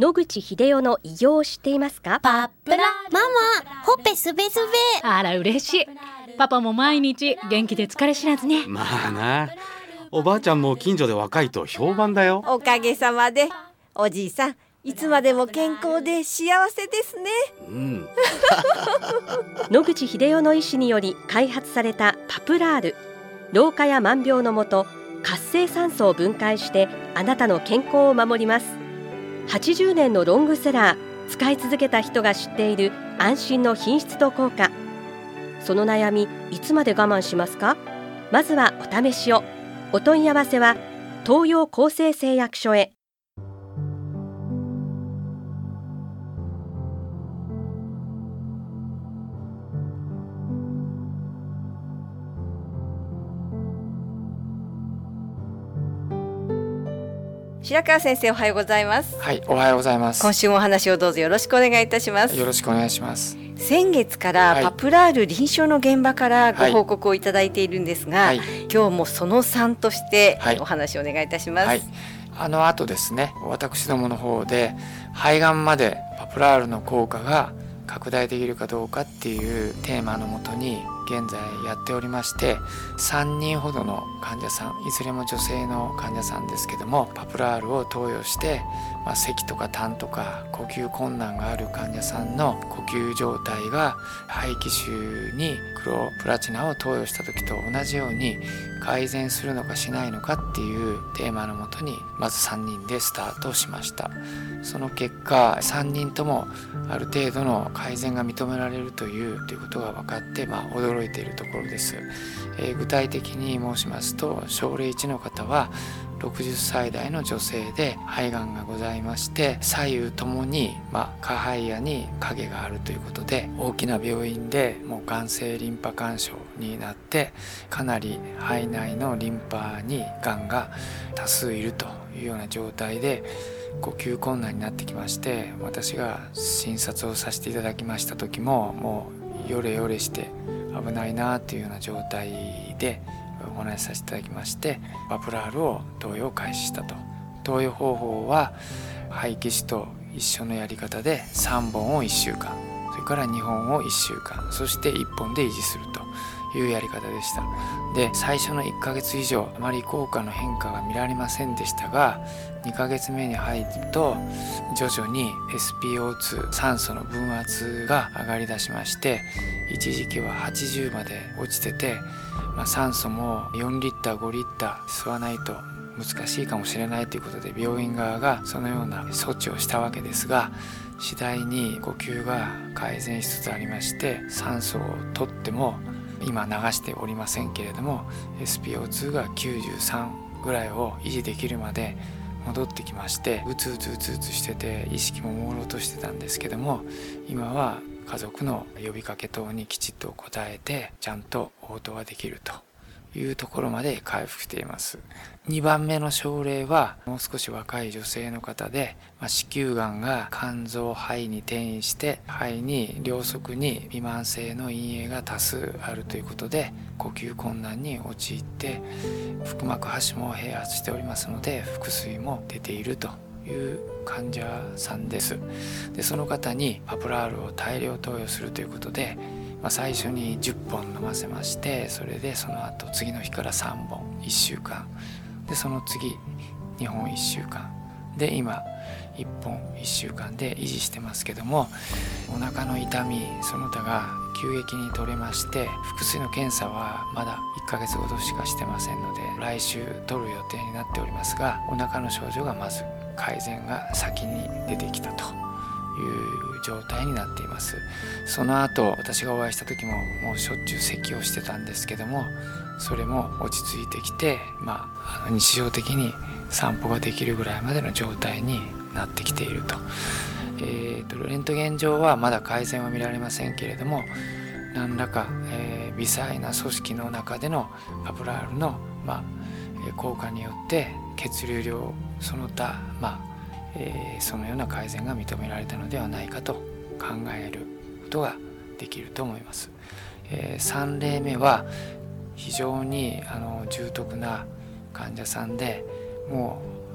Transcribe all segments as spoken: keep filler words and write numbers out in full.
野口英世の偉業を知っていますか？ パプラママ、ほっぺすべすべ。 あら嬉しい。パパも毎日元気で疲れ知らずね。 まあな、おばあちゃんも近所で若いと評判だよ。 おかげさまで。おじいさん、いつまでも健康で幸せですね。 うん野口英世の医師により開発されたパプラール。老化や万病のもと、活性酸素を分解してあなたの健康を守ります。はちじゅうねんのロングセラー、使い続けた人が知っている安心の品質と効果。その悩み、いつまで我慢しますか？まずはお試しを。お問い合わせは東洋厚生製薬所へ。 白川先生、おはようございます。 はい、おはようございます。 今週もお話をどうぞよろしくお願いいたします。 よろしくお願いします。 先月からパプラール臨床の現場からご報告をいただいているんですが、はい、今日もそのさんとしてお話をお願いいたします。 はいはい、あの後ですね、私どもの方で肺がんまでパプラールの効果が拡大できるかどうかっていうテーマのもとに現在やっておりまして、さんにんほどの患者さん、いずれも女性の患者さんですけども、パプラールを投与して、まあ、咳とか痰とか呼吸困難がある患者さんの呼吸状態が肺気腫にクロプラチナを投与した時と同じように改善するのかしないのかっていうテーマのもとにまずさんにんでスタートしました。その結果さんにんともある程度の改善が認められるというということが分かって、まあ、驚いているところです。えー、具体的に申しますと、症例いちの方はろくじゅっさい代の女性で肺がんがございまして、左右ともに、まあ、下肺野に影があるということで、大きな病院でもう眼性リンパ干渉になって、かなり肺内のリンパにがんが多数いるというような状態で呼吸困難になってきまして、私が診察をさせていただきました時ももうヨレヨレして危ないなというような状態でお話しさせていただきまして、パプラールを投与を開始したと。投与方法は肺気腫と一緒のやり方でさんぼんをいっしゅうかん、それからにほんをいっしゅうかん、そしていっぽんで維持するというやり方でした。で、最初のいっかげつ以上あまり効果の変化が見られませんでしたが、にかげつめに入ると徐々に エスピーオーツー 酸素の分圧が上がりだしまして、一時期ははちじゅうまで落ちてて、まあ、酸素もよんリッターごリッター吸わないと難しいかもしれないということで、病院側がそのような措置をしたわけですが、次第に呼吸が改善しつつありまして、酸素を取っても今流しておりませんけれども エスピーオーツー がきゅうじゅうさんぐらいを維持できるまで戻ってきまして、うつうつうつうつしてて意識も朦朧としてたんですけども、今は家族の呼びかけ等にきちっと応えてちゃんと応答ができるというところまで回復しています。にばんめの症例はもう少し若い女性の方で、まあ、子宮がんが肝臓肺に転移して肺に両側に微慢性の陰影が多数あるということで、呼吸困難に陥って腹膜播も併発しておりますので、腹水も出ているという患者さんです。で、その方にパプラールを大量投与するということで、まあ、最初にじゅっぽん飲ませまして、それでその後次の日からさんぼんいっしゅうかんで、その次にほんいっしゅうかんで、今いっぽんいっしゅうかんで維持してますけども、お腹の痛みその他が急激に取れまして、腹水の検査はまだいっかげつごとしかしてませんので、来週取る予定になっておりますが、お腹の症状がまず改善が先に出てきたという状態になっています。その後私がお会いした時ももうしょっちゅう咳をしてたんですけども、それも落ち着いてきて、まあ、あの日常的に散歩ができるぐらいまでの状態になってきていると。えーと、レントゲン上はまだ改善は見られませんけれども、何らか、えー、微細な組織の中でのパプラールの、まあ、効果によって血流量その他、まあえー、そのような改善が認められたのではないかと考えることができると思います。えー、さん例目は非常にあの重篤な患者さんで、もう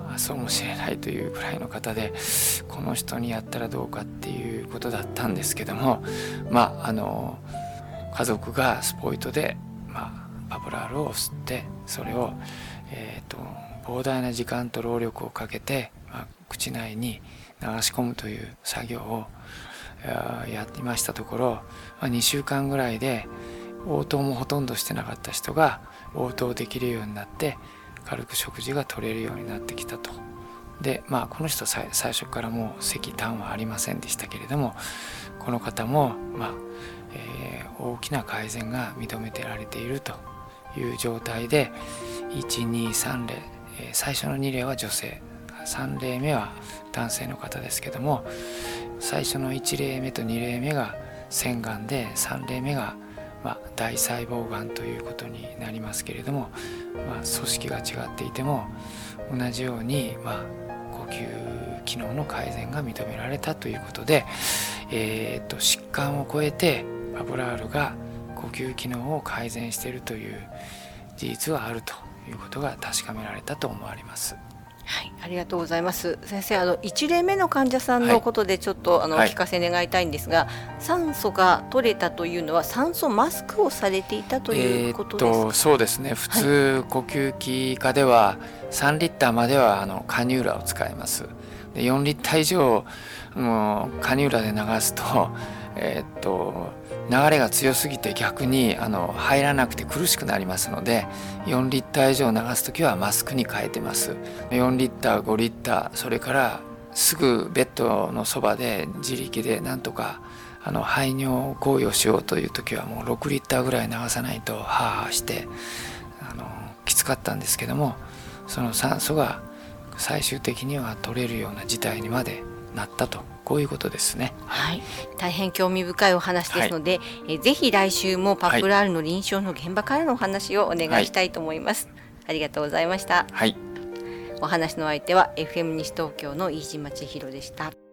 まあ、そうもしれないというくらいの方で、この人にやったらどうかっていうことだったんですけども、まああの家族がスポイトで、まあ、パプラールを吸って、それを、えーと、膨大な時間と労力をかけて、まあ、口内に流し込むという作業をやっていましたところ、まあ、にしゅうかんぐらいで応答もほとんどしてなかった人が応答できるようになって、軽く食事が取れるようになってきたと。で、まあこの人最初からもう咳痰はありませんでしたけれども、この方も、まあえー、大きな改善が認めてられているという状態で、いち、に、さん例、えー、最初のに例は女性、さん例目は男性の方ですけども、最初のいち例目とに例目が腺がんで、さん例目が、まあ、大細胞がんということになりますけれども、まあ、組織が違っていても同じように、まあ、呼吸機能の改善が認められたということで、えー、と疾患を超えてパプラールが呼吸機能を改善しているという事実はあるということが確かめられたと思われます。 はい、ありがとうございます。先生、あのいち例目の患者さんのことでちょっと、はい、あのお聞かせ願いたいんですが、はい、酸素が取れたというのは酸素マスクをされていたということですか？えー、とそうですね。普通、はい、呼吸器科ではさんリッターまではあのカニューラを使います。でよんリッター以上もうカニューラで流すと、えー、と流れが強すぎて逆にあの入らなくて苦しくなりますので、よんリッター以上流すときはマスクに変えてます。よんリッター、ごリッター、それからすぐベッドのそばで自力でなんとかあの排尿行為をしようというときはもうろくリッターぐらい流さないとハーハーしてあのきつかったんですけども、その酸素が最終的には取れるような事態にまでなったと、こういうことですね。 はい、大変興味深いお話ですので、はい、えぜひ来週もパプラールの臨床の現場からのお話をお願いしたいと思います。はい、ありがとうございました。 はい、 お話の相手は エフエム 西東京の飯島千尋でした。